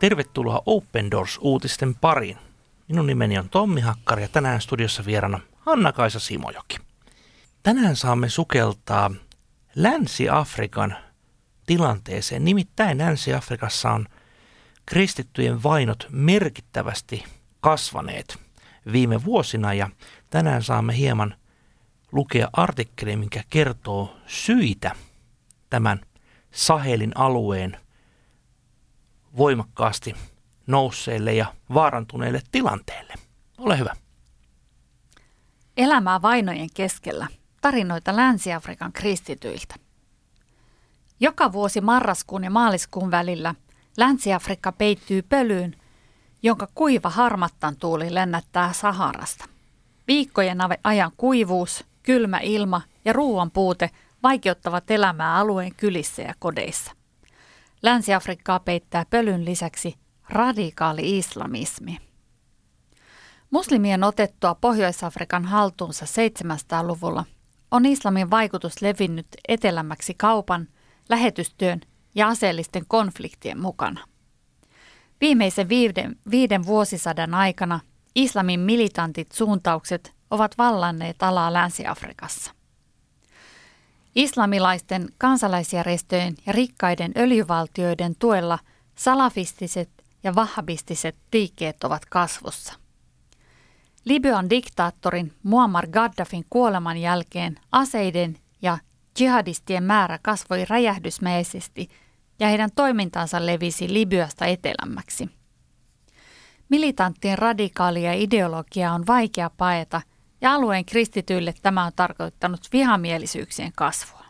Tervetuloa Open Doors-uutisten pariin. Minun nimeni on Tommi Hakkari ja tänään studiossa vieraana Hanna-Kaisa Simojoki. Tänään saamme sukeltaa Länsi-Afrikan tilanteeseen. Nimittäin Länsi-Afrikassa on kristittyjen vainot merkittävästi kasvaneet viime vuosina ja tänään saamme hieman lukea artikkelin, mikä kertoo syitä tämän Sahelin alueen voimakkaasti nousseelle ja vaarantuneelle tilanteelle. Ole hyvä. Elämää vainojen keskellä. Tarinoita Länsi-Afrikan kristityiltä. Joka vuosi marraskuun ja maaliskuun välillä Länsi-Afrikka peittyy pölyyn, jonka kuiva harmattan tuuli lennättää Saharasta. Viikkojen ajan kuivuus, kylmä ilma ja ruoan puute vaikeuttavat elämää alueen kylissä ja kodeissa. Länsi-Afrikkaa peittää pölyn lisäksi radikaali islamismi. Muslimien otettua Pohjois-Afrikan haltuunsa 700-luvulla on islamin vaikutus levinnyt etelämmäksi kaupan, lähetystyön ja aseellisten konfliktien mukana. Viimeisen viiden vuosisadan aikana islamin militantit suuntaukset ovat vallanneet alaa Länsi-Afrikassa. Islamilaisten kansalaisjärjestöjen ja rikkaiden öljyvaltioiden tuella salafistiset ja wahhabistiset liikkeet ovat kasvussa. Libyan diktaattorin Muammar Gaddafin kuoleman jälkeen aseiden ja jihadistien määrä kasvoi räjähdysmäisesti ja heidän toimintansa levisi Libyasta etelämmäksi. Militanttien radikaalia ideologiaa on vaikea paeta ja alueen kristityille tämä on tarkoittanut vihamielisyyksien kasvua.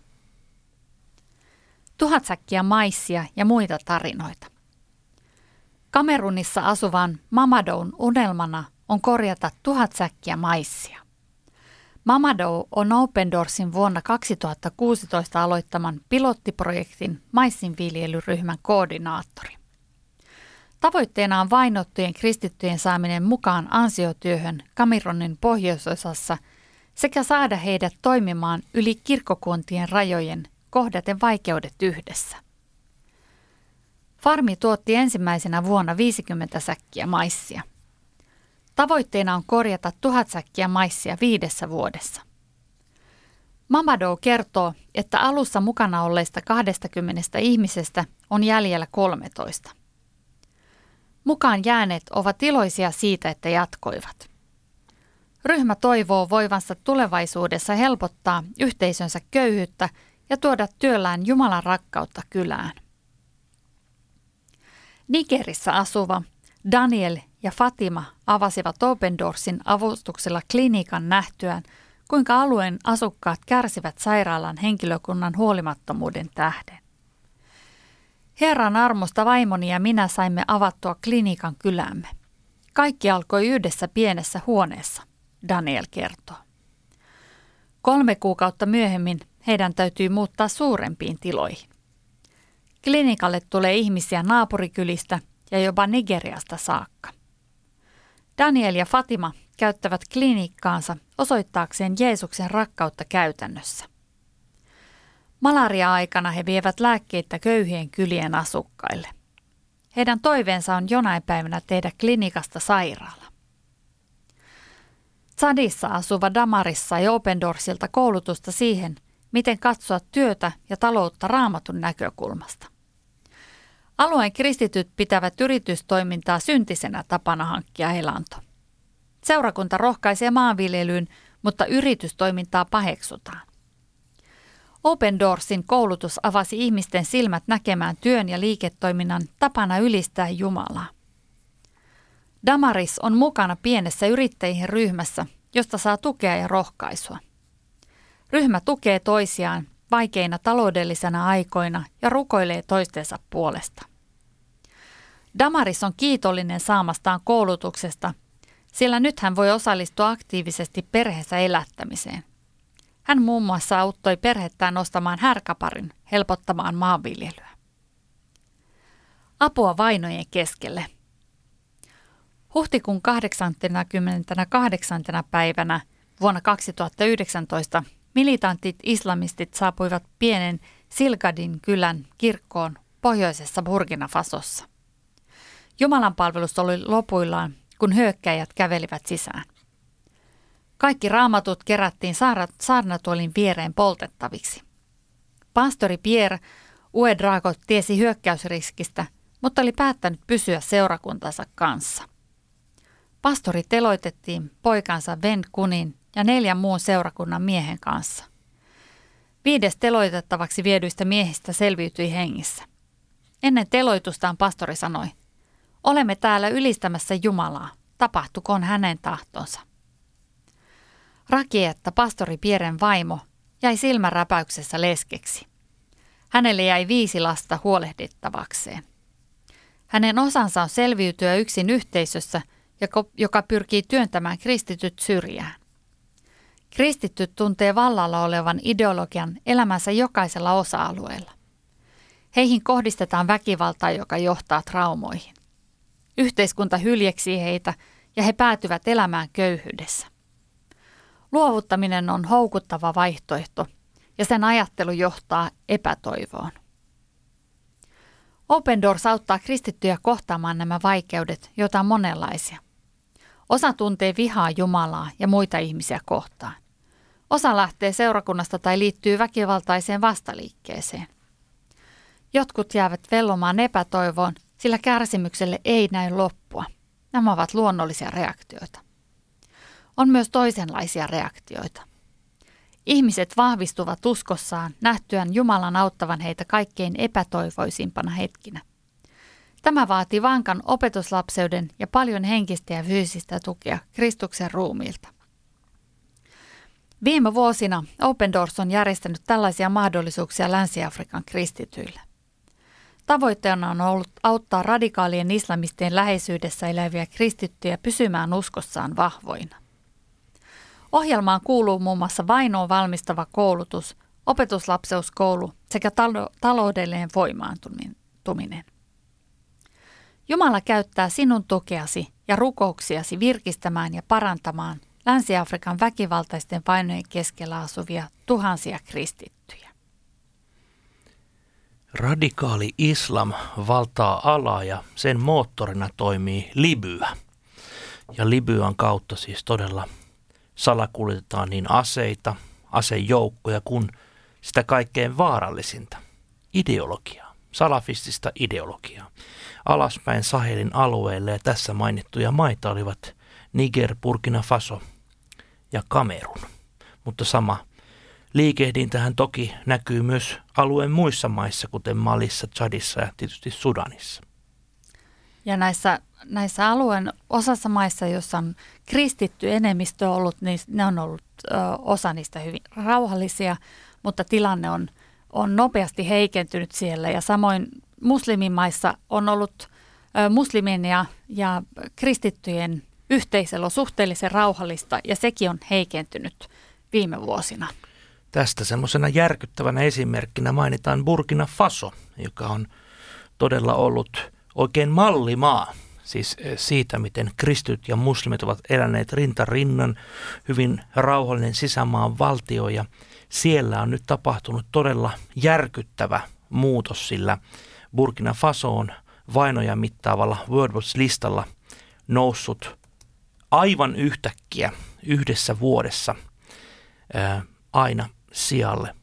1000 säkkiä maissia ja muita tarinoita. Kamerunissa asuvan Mamadoun unelmana on korjata 1000 säkkiä maissia. Mamadou on Open Doorsin vuonna 2016 aloittaman pilottiprojektin maissinviljelyryhmän koordinaattori. Tavoitteena on vainottujen kristittyjen saaminen mukaan ansiotyöhön Kamerunin pohjoisosassa sekä saada heidät toimimaan yli kirkkokuntien rajojen kohdaten vaikeudet yhdessä. Farmi tuotti ensimmäisenä vuonna 50 säkkiä maissia. Tavoitteena on korjata 1000 säkkiä maissia 5 vuodessa. Mamadou kertoo, että alussa mukana olleista 20 ihmisestä on jäljellä 13. Mukaan jääneet ovat iloisia siitä, että jatkoivat. Ryhmä toivoo voivansa tulevaisuudessa helpottaa yhteisönsä köyhyyttä ja tuoda työllään Jumalan rakkautta kylään. Nigerissä asuva Daniel ja Fatima avasivat Open Doorsin avustuksella klinikan nähtyään, kuinka alueen asukkaat kärsivät sairaalan henkilökunnan huolimattomuuden tähden. Herran armosta vaimoni ja minä saimme avattua klinikan kylämme. Kaikki alkoi yhdessä pienessä huoneessa, Daniel kertoo. 3 kuukautta myöhemmin heidän täytyy muuttaa suurempiin tiloihin. Klinikalle tulee ihmisiä naapurikylistä ja jopa Nigeriasta saakka. Daniel ja Fatima käyttävät klinikkaansa osoittaakseen Jeesuksen rakkautta käytännössä. Malaria-aikana he vievät lääkkeitä köyhien kylien asukkaille. Heidän toiveensa on jonain päivänä tehdä klinikasta sairaala. Tsadissa asuva Damaris sai Open Doorsilta koulutusta siihen, miten katsoa työtä ja taloutta Raamatun näkökulmasta. Alueen kristityt pitävät yritystoimintaa syntisenä tapana hankkia elanto. Seurakunta rohkaisee maanviljelyyn, mutta yritystoimintaa paheksutaan. Open Doorsin koulutus avasi ihmisten silmät näkemään työn ja liiketoiminnan tapana ylistää Jumalaa. Damaris on mukana pienessä yrittäjien ryhmässä, josta saa tukea ja rohkaisua. Ryhmä tukee toisiaan vaikeina taloudellisena aikoina ja rukoilee toistensa puolesta. Damaris on kiitollinen saamastaan koulutuksesta, sillä nyt hän voi osallistua aktiivisesti perheensä elättämiseen. Hän muun muassa auttoi perhettään ostamaan härkäparin helpottamaan maanviljelyä. Apua vainojen keskelle. Huhtikuun 88. päivänä vuonna 2019 militantit islamistit saapuivat pienen Silgadin kylän kirkkoon pohjoisessa Burkina Fasossa. Jumalan palvelus oli lopuillaan, kun hyökkäjät kävelivät sisään. Kaikki raamatut kerättiin saarnatuolin viereen poltettaviksi. Pastori Pierre Ouedraogo tiesi hyökkäysriskistä, mutta oli päättänyt pysyä seurakuntansa kanssa. Pastori teloitettiin poikansa Ven Kunin ja 4 muun seurakunnan miehen kanssa. 5 teloitettavaksi viedyistä miehistä selviytyi hengissä. Ennen teloitustaan pastori sanoi, olemme täällä ylistämässä Jumalaa, tapahtukoon hänen tahtonsa. Rakietta, pastori Pierren vaimo, jäi silmänräpäyksessä leskeksi. Hänelle jäi 5 lasta huolehdittavakseen. Hänen osansa on selviytyä yksin yhteisössä, joka pyrkii työntämään kristityt syrjään. Kristityt tuntee vallalla olevan ideologian elämänsä jokaisella osa-alueella. Heihin kohdistetaan väkivaltaa, joka johtaa traumoihin. Yhteiskunta hyljeksii heitä ja he päätyvät elämään köyhyydessä. Luovuttaminen on houkuttava vaihtoehto ja sen ajattelu johtaa epätoivoon. Open Doors auttaa kristittyjä kohtaamaan nämä vaikeudet, joita on monenlaisia. Osa tuntee vihaa Jumalaa ja muita ihmisiä kohtaan. Osa lähtee seurakunnasta tai liittyy väkivaltaiseen vastaliikkeeseen. Jotkut jäävät vellomaan epätoivoon, sillä kärsimykselle ei näy loppua. Nämä ovat luonnollisia reaktioita. On myös toisenlaisia reaktioita. Ihmiset vahvistuvat uskossaan nähtyään Jumalan auttavan heitä kaikkein epätoivoisimpana hetkinä. Tämä vaatii vankan opetuslapseuden ja paljon henkistä ja fyysistä tukea Kristuksen ruumiilta. Viime vuosina Open Doors on järjestänyt tällaisia mahdollisuuksia Länsi-Afrikan kristityille. Tavoitteena on ollut auttaa radikaalien islamistien läheisyydessä eläviä kristittyjä pysymään uskossaan vahvoina. Ohjelmaan kuuluu muun muassa vainoon valmistava koulutus, opetuslapseuskoulu sekä taloudellinen voimaantuminen. Jumala käyttää sinun tukeasi ja rukouksiasi virkistämään ja parantamaan Länsi-Afrikan väkivaltaisten vainojen keskellä asuvia tuhansia kristittyjä. Radikaali islam valtaa alaa ja sen moottorina toimii Libya. Ja Libyan kautta siis todella salakuljetetaan niin aseita, asejoukkoja kuin sitä kaikkein vaarallisinta ideologiaa, salafistista ideologiaa. Alaspäin Sahelin alueelle ja tässä mainittuja maita olivat Niger, Burkina Faso ja Kamerun. Mutta sama liikehdintähän toki näkyy myös alueen muissa maissa, kuten Malissa, Tšadissa ja tietysti Sudanissa. Ja näissä alueen osassa maissa, joissa on kristitty enemmistö ollut, niin ne on ollut osa niistä hyvin rauhallisia, mutta tilanne on nopeasti heikentynyt siellä. Ja samoin muslimimaissa on ollut muslimien ja kristittyjen yhteiselo suhteellisen rauhallista ja sekin on heikentynyt viime vuosina. Tästä semmoisena järkyttävänä esimerkkinä mainitaan Burkina Faso, joka on todella ollut oikein mallimaa. Siis siitä, miten kristityt ja muslimit ovat eläneet rinta rinnan, hyvin rauhallinen sisämaan valtio ja siellä on nyt tapahtunut todella järkyttävä muutos, sillä Burkina Faso on vainoja mittaavalla World Watch-listalla noussut aivan yhtäkkiä yhdessä vuodessa aina sijalle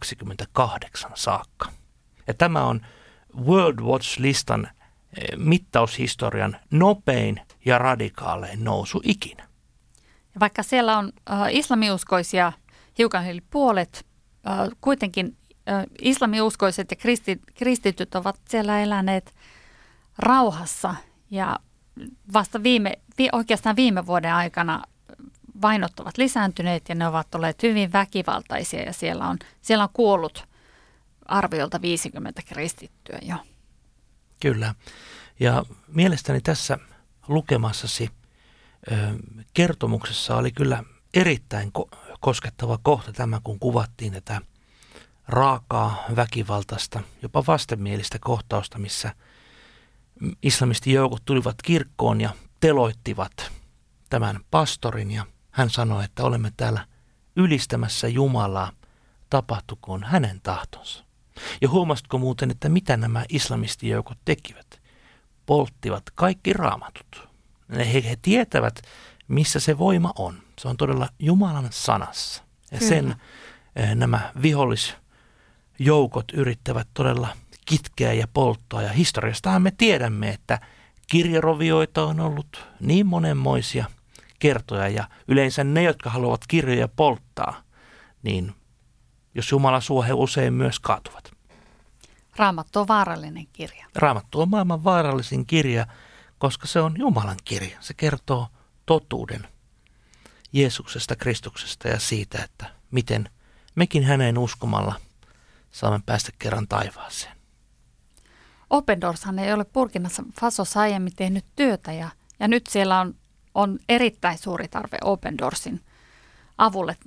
28 saakka. Ja tämä on World Watch-listan mittaushistorian nopein ja radikaalein nousu ikinä. Ja vaikka siellä on islamiuskoisia hiukan yli puolet, kuitenkin islamiuskoiset ja kristityt ovat siellä eläneet rauhassa ja vasta oikeastaan viime vuoden aikana vainot ovat lisääntyneet ja ne ovat olleet hyvin väkivaltaisia ja siellä on kuollut arviolta 50 kristittyä jo. Kyllä. Ja mielestäni tässä lukemassasi kertomuksessa oli kyllä erittäin koskettava kohta tämä, kun kuvattiin tätä raakaa, väkivaltaista, jopa vastenmielistä kohtausta, missä islamistijoukot tulivat kirkkoon ja teloittivat tämän pastorin ja hän sanoi, että olemme täällä ylistämässä Jumalaa, tapahtukoon hänen tahtonsa. Ja huomasitko muuten, että mitä nämä islamistijoukot tekivät? polttivat kaikki raamatut. He tietävät, missä se voima on. Se on todella Jumalan sanassa. Ja sen nämä vihollisjoukot yrittävät todella kitkeä ja polttaa. Ja historiastahan me tiedämme, että kirjarovioita on ollut niin monenmoisia kertoja. Ja yleensä ne, jotka haluavat kirjoja polttaa, niin jos Jumala suo, he usein myös kaatuvat. Raamattu on vaarallinen kirja. Raamattu on maailman vaarallisin kirja, koska se on Jumalan kirja. Se kertoo totuuden Jeesuksesta, Kristuksesta ja siitä, että miten mekin häneen uskomalla saamme päästä kerran taivaaseen. Open Doorshan ei ole Burkina Fasossa aiemmin tehnyt työtä ja nyt siellä on erittäin suuri tarve Open Doorsin avulle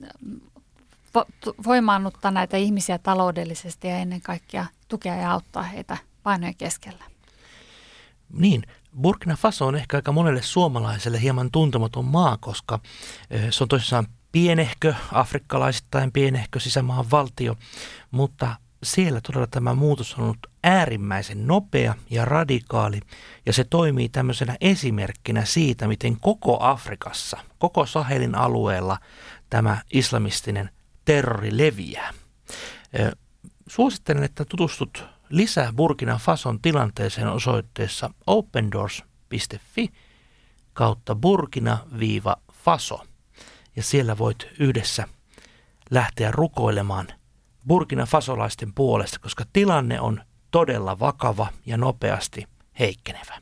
voimaannuttaa näitä ihmisiä taloudellisesti ja ennen kaikkea tukea ja auttaa heitä painojen keskellä. Niin, Burkina Faso on ehkä aika monelle suomalaiselle hieman tuntematon maa, koska se on tosissaan pienehkö, afrikkalaisittain pienehkö sisämaan valtio, mutta siellä todella tämä muutos on ollut äärimmäisen nopea ja radikaali, ja se toimii tämmöisenä esimerkkinä siitä, miten koko Afrikassa, koko Sahelin alueella tämä islamistinen terrori leviää. Suosittelen, että tutustut lisää Burkina Fason tilanteeseen osoitteessa opendoors.fi kautta Burkina-Faso. Ja siellä voit yhdessä lähteä rukoilemaan Burkina Fasolaisten puolesta, koska tilanne on todella vakava ja nopeasti heikkenevä.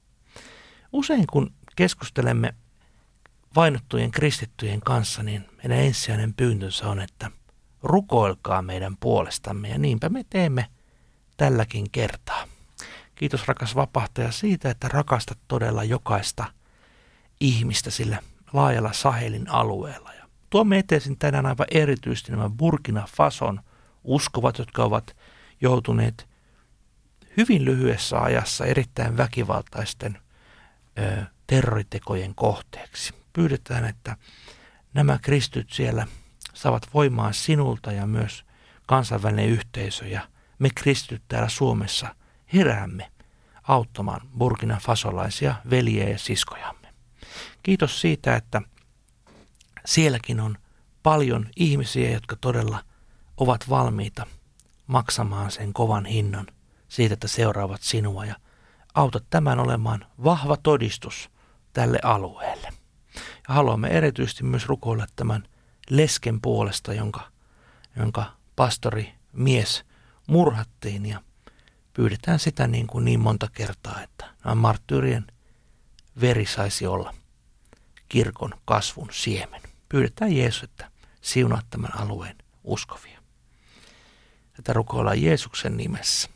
Usein kun keskustelemme vainottujen kristittyjen kanssa, niin meidän ensisijainen pyyntönsä on, että rukoilkaa meidän puolestamme, ja niinpä me teemme tälläkin kertaa. Kiitos rakas vapahtaja siitä, että rakastat todella jokaista ihmistä sillä laajalla Sahelin alueella. Ja tuomme eteesin tänään aivan erityisesti nämä Burkina Fason uskovat, jotka ovat joutuneet hyvin lyhyessä ajassa erittäin väkivaltaisten terroritekojen kohteeksi. Pyydetään, että nämä kristyt siellä saavat voimaa sinulta ja myös kansainvälinen yhteisö ja me kristyt täällä Suomessa heräämme auttamaan Burkina Fasolaisia veljiä ja siskojamme. Kiitos siitä, että sielläkin on paljon ihmisiä, jotka todella ovat valmiita maksamaan sen kovan hinnan siitä, että seuraavat sinua ja autat tämän olemaan vahva todistus tälle alueelle. Ja haluamme erityisesti myös rukoilla tämän lesken puolesta, jonka pastori mies murhattiin ja pyydetään sitä niin monta kertaa, että nämä marttyyrien veri saisi olla kirkon kasvun siemen. Pyydetään Jeesus, että siunaa tämän alueen uskovia. Tätä rukoillaan Jeesuksen nimessä.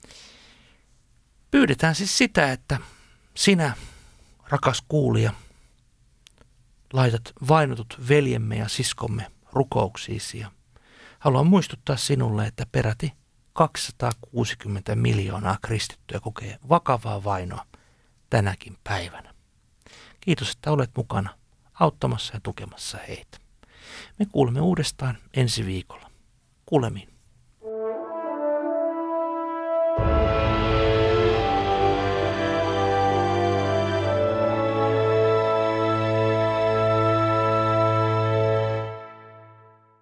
Pyydetään siis sitä, että sinä, rakas kuulija, laitat vainotut veljemme ja siskomme rukouksiisi. Ja haluan muistuttaa sinulle, että peräti 260 miljoonaa kristittyä kokee vakavaa vainoa tänäkin päivänä. Kiitos, että olet mukana auttamassa ja tukemassa heitä. Me kuulemme uudestaan ensi viikolla. Kuulemiin.